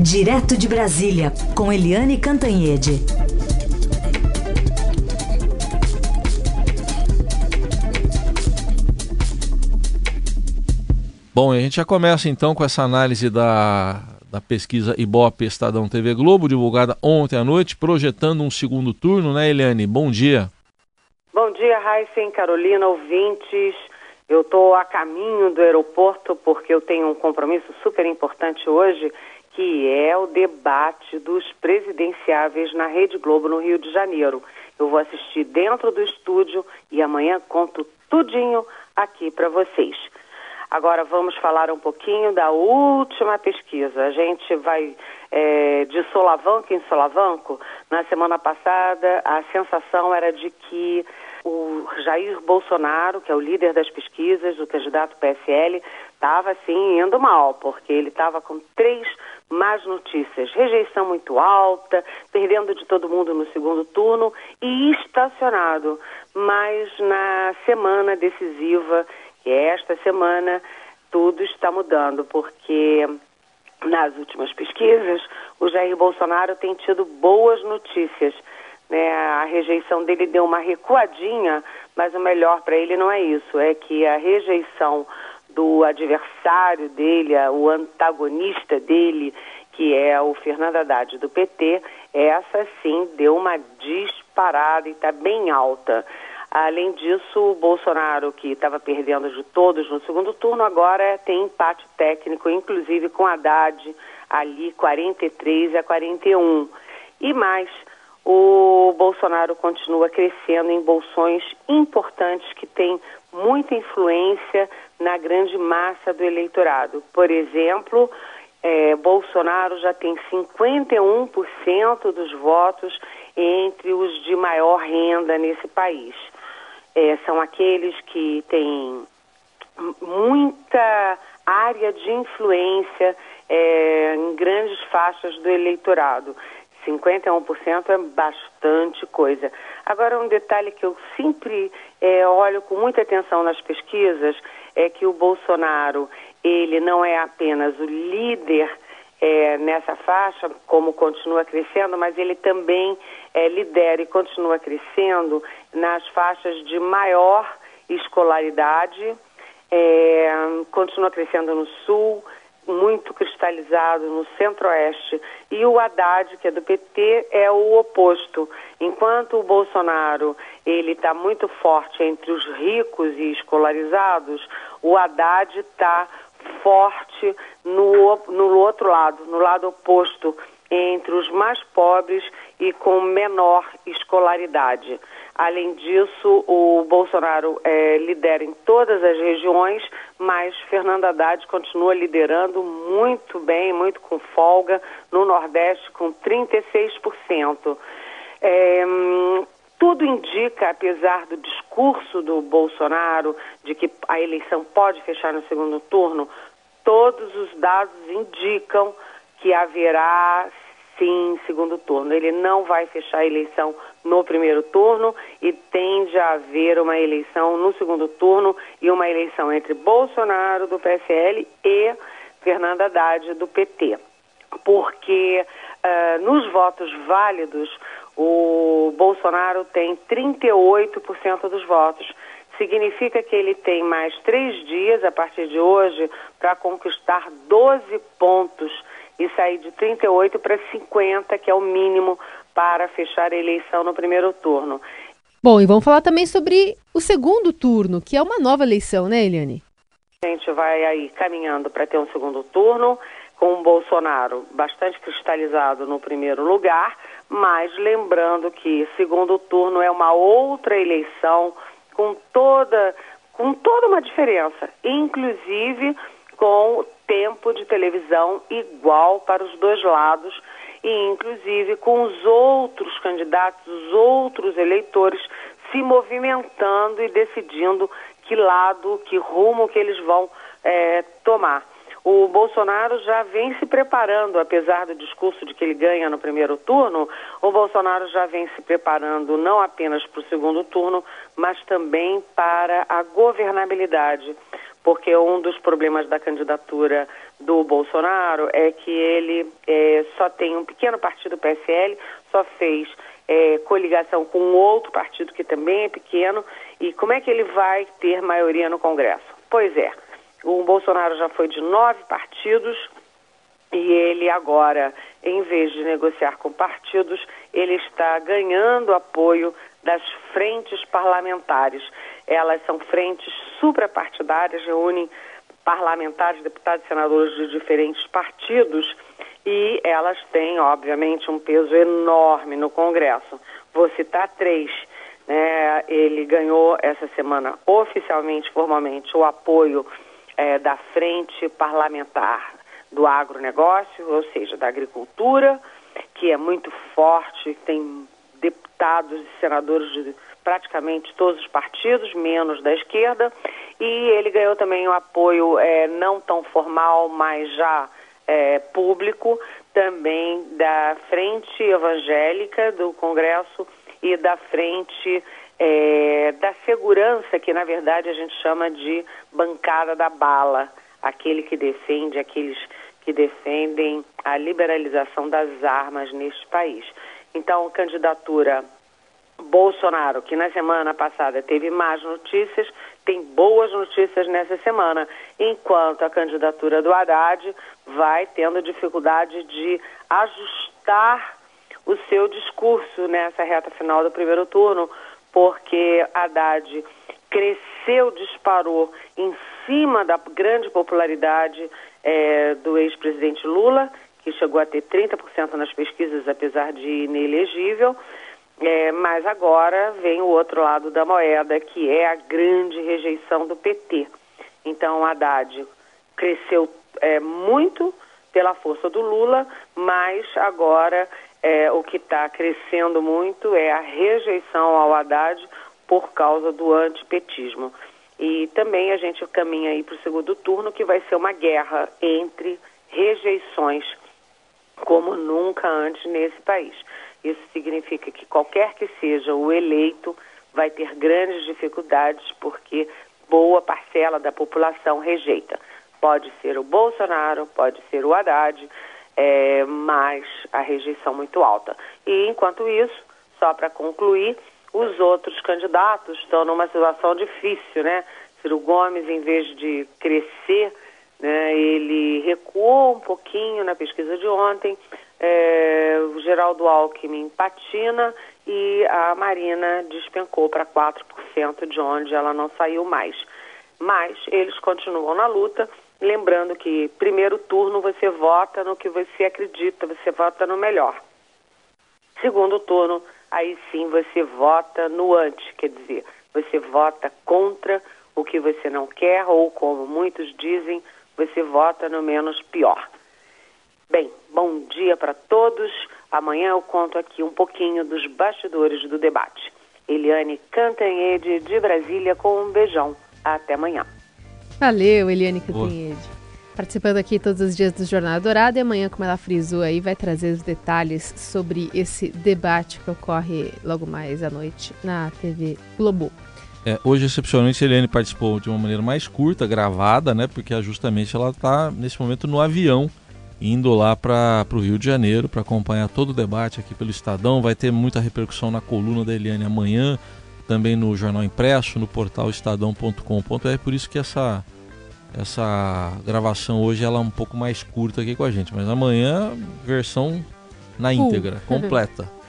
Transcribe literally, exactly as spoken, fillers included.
Direto de Brasília, com Eliane Cantanhede. Bom, a gente já começa então com essa análise da, da pesquisa Ibope Estadão T V Globo, divulgada ontem à noite, projetando um segundo turno, né, Eliane? Bom dia. Bom dia, Raíssen, Carolina, ouvintes. Eu estou a caminho do aeroporto porque eu tenho um compromisso super importante hoje, que é o debate dos presidenciáveis na Rede Globo no Rio de Janeiro. Eu vou assistir dentro do estúdio e amanhã conto tudinho aqui para vocês. Agora vamos falar um pouquinho da última pesquisa. A gente vai é, de solavanco em solavanco. Na semana passada, a sensação era de que o Jair Bolsonaro, que é o líder das pesquisas, o candidato P S L, estava assim indo mal, porque ele estava com três más notícias: rejeição muito alta, perdendo de todo mundo no segundo turno e estacionado. Mas na semana decisiva, que é esta semana, tudo está mudando, porque nas últimas pesquisas o Jair Bolsonaro tem tido boas notícias. Né? A rejeição dele deu uma recuadinha, mas o melhor para ele não é isso, é que a rejeição do adversário dele, o antagonista dele, que é o Fernando Haddad do P T, essa sim deu uma disparada e está bem alta. Além disso, o Bolsonaro, que estava perdendo de todos no segundo turno, agora tem empate técnico, inclusive com Haddad, ali quarenta e três a quarenta e um. E mais, o Bolsonaro continua crescendo em bolsões importantes que têm muita influência na grande massa do eleitorado. Por exemplo, é, Bolsonaro já tem cinquenta e um por cento dos votos entre os de maior renda nesse país. É, são aqueles que têm muita área de influência é, em grandes faixas do eleitorado. cinquenta e um por cento é bastante coisa. Agora, um detalhe que eu sempre é, olho com muita atenção nas pesquisas é que o Bolsonaro, ele não é apenas o líder É, nessa faixa, como continua crescendo, mas ele também é, lidera e continua crescendo nas faixas de maior escolaridade, é, continua crescendo no Sul, muito cristalizado no Centro-Oeste, e o Haddad, que é do P T, é o oposto. Enquanto o Bolsonaro ele está muito forte entre os ricos e escolarizados, o Haddad está forte no, no outro lado, no lado oposto, entre os mais pobres e com menor escolaridade. Além disso, o Bolsonaro é, lidera em todas as regiões, mas Fernando Haddad continua liderando muito bem, muito com folga, no Nordeste com trinta e seis por cento. É, Tudo indica, apesar do discurso do Bolsonaro de que a eleição pode fechar no segundo turno, todos os dados indicam que haverá, sim, segundo turno. Ele não vai fechar a eleição no primeiro turno e tende a haver uma eleição no segundo turno e uma eleição entre Bolsonaro, do P S L, e Fernando Haddad, do P T. Porque uh, nos votos válidos, o Bolsonaro tem trinta e oito por cento dos votos. Significa que ele tem mais três dias, a partir de hoje, para conquistar doze pontos e sair de trinta e oito para cinquenta, que é o mínimo para fechar a eleição no primeiro turno. Bom, e vamos falar também sobre o segundo turno, que é uma nova eleição, né, Eliane? A gente vai aí caminhando para ter um segundo turno, com o Bolsonaro bastante cristalizado no primeiro lugar, mas lembrando que segundo turno é uma outra eleição com toda, com toda uma diferença, inclusive com tempo de televisão igual para os dois lados e inclusive com os outros candidatos, os outros eleitores se movimentando e decidindo que lado, que rumo que eles vão é, tomar. O Bolsonaro já vem se preparando, apesar do discurso de que ele ganha no primeiro turno, o Bolsonaro já vem se preparando não apenas para o segundo turno, mas também para a governabilidade. porque um dos problemas da candidatura do Bolsonaro é que ele é, só tem um pequeno partido, P S L, só fez é, coligação com outro partido que também é pequeno, e como é que ele vai ter maioria no Congresso? Pois é, o Bolsonaro já foi de nove partidos, e ele agora, em vez de negociar com partidos, ele está ganhando apoio das frentes parlamentares. Elas são frentes suprapartidárias, reúnem parlamentares, deputados e senadores de diferentes partidos, e elas têm, obviamente, um peso enorme no Congresso. Vou citar três. Né? Ele ganhou essa semana, oficialmente, formalmente, o apoio é, da frente parlamentar do agronegócio, ou seja, da agricultura, que é muito forte, tem deputados e senadores de praticamente todos os partidos, menos da esquerda, e ele ganhou também o apoio é, não tão formal, mas já é, público, também da frente evangélica do Congresso e da frente é, da segurança, que na verdade a gente chama de bancada da bala, aquele que defende, aqueles que defendem a liberalização das armas neste país. Então, candidatura Bolsonaro, que na semana passada teve más notícias, tem boas notícias nessa semana, enquanto a candidatura do Haddad vai tendo dificuldade de ajustar o seu discurso nessa reta final do primeiro turno, porque Haddad cresceu, disparou em cima da grande popularidade é, do ex-presidente Lula, que chegou a ter trinta por cento nas pesquisas, apesar de inelegível, é, mas agora vem o outro lado da moeda, que é a grande rejeição do P T. Então, Haddad cresceu é, muito pela força do Lula, mas agora é, o que está crescendo muito é a rejeição ao Haddad por causa do antipetismo. E também a gente caminha aí para o segundo turno, que vai ser uma guerra entre rejeições, como nunca antes nesse país. Isso significa que qualquer que seja o eleito vai ter grandes dificuldades, porque boa parcela da população rejeita. Pode ser o Bolsonaro, pode ser o Haddad, é, mas a rejeição muito alta. E enquanto isso, só para concluir, os outros candidatos estão numa situação difícil, né? Ciro Gomes, em vez de crescer, né, ele recuou um pouquinho na pesquisa de ontem, é, o Geraldo Alckmin patina e a Marina despencou para quatro por cento, de onde ela não saiu mais. Mas eles continuam na luta, lembrando que primeiro turno você vota no que você acredita, você vota no melhor. Segundo turno, aí sim você vota no anti, quer dizer, você vota contra o que você não quer, ou como muitos dizem, você vota no menos pior. Bem, bom dia para todos. Amanhã eu conto aqui um pouquinho dos bastidores do debate. Eliane Cantanhede, de Brasília, com um beijão. Até amanhã. Valeu, Eliane Cantanhede. Participando aqui todos os dias do Jornal Dourado, e amanhã, como ela frisou aí, vai trazer os detalhes sobre esse debate que ocorre logo mais à noite na T V Globo. É, hoje, excepcionalmente, a Eliane participou de uma maneira mais curta, gravada, né? Porque justamente ela está, nesse momento, no avião, indo lá para o Rio de Janeiro para acompanhar todo o debate aqui pelo Estadão. Vai ter muita repercussão na coluna da Eliane amanhã, também no Jornal Impresso, no portal estadão ponto com ponto br. Por isso que essa, essa gravação hoje ela é um pouco mais curta aqui com a gente. Mas amanhã, versão na íntegra, completa.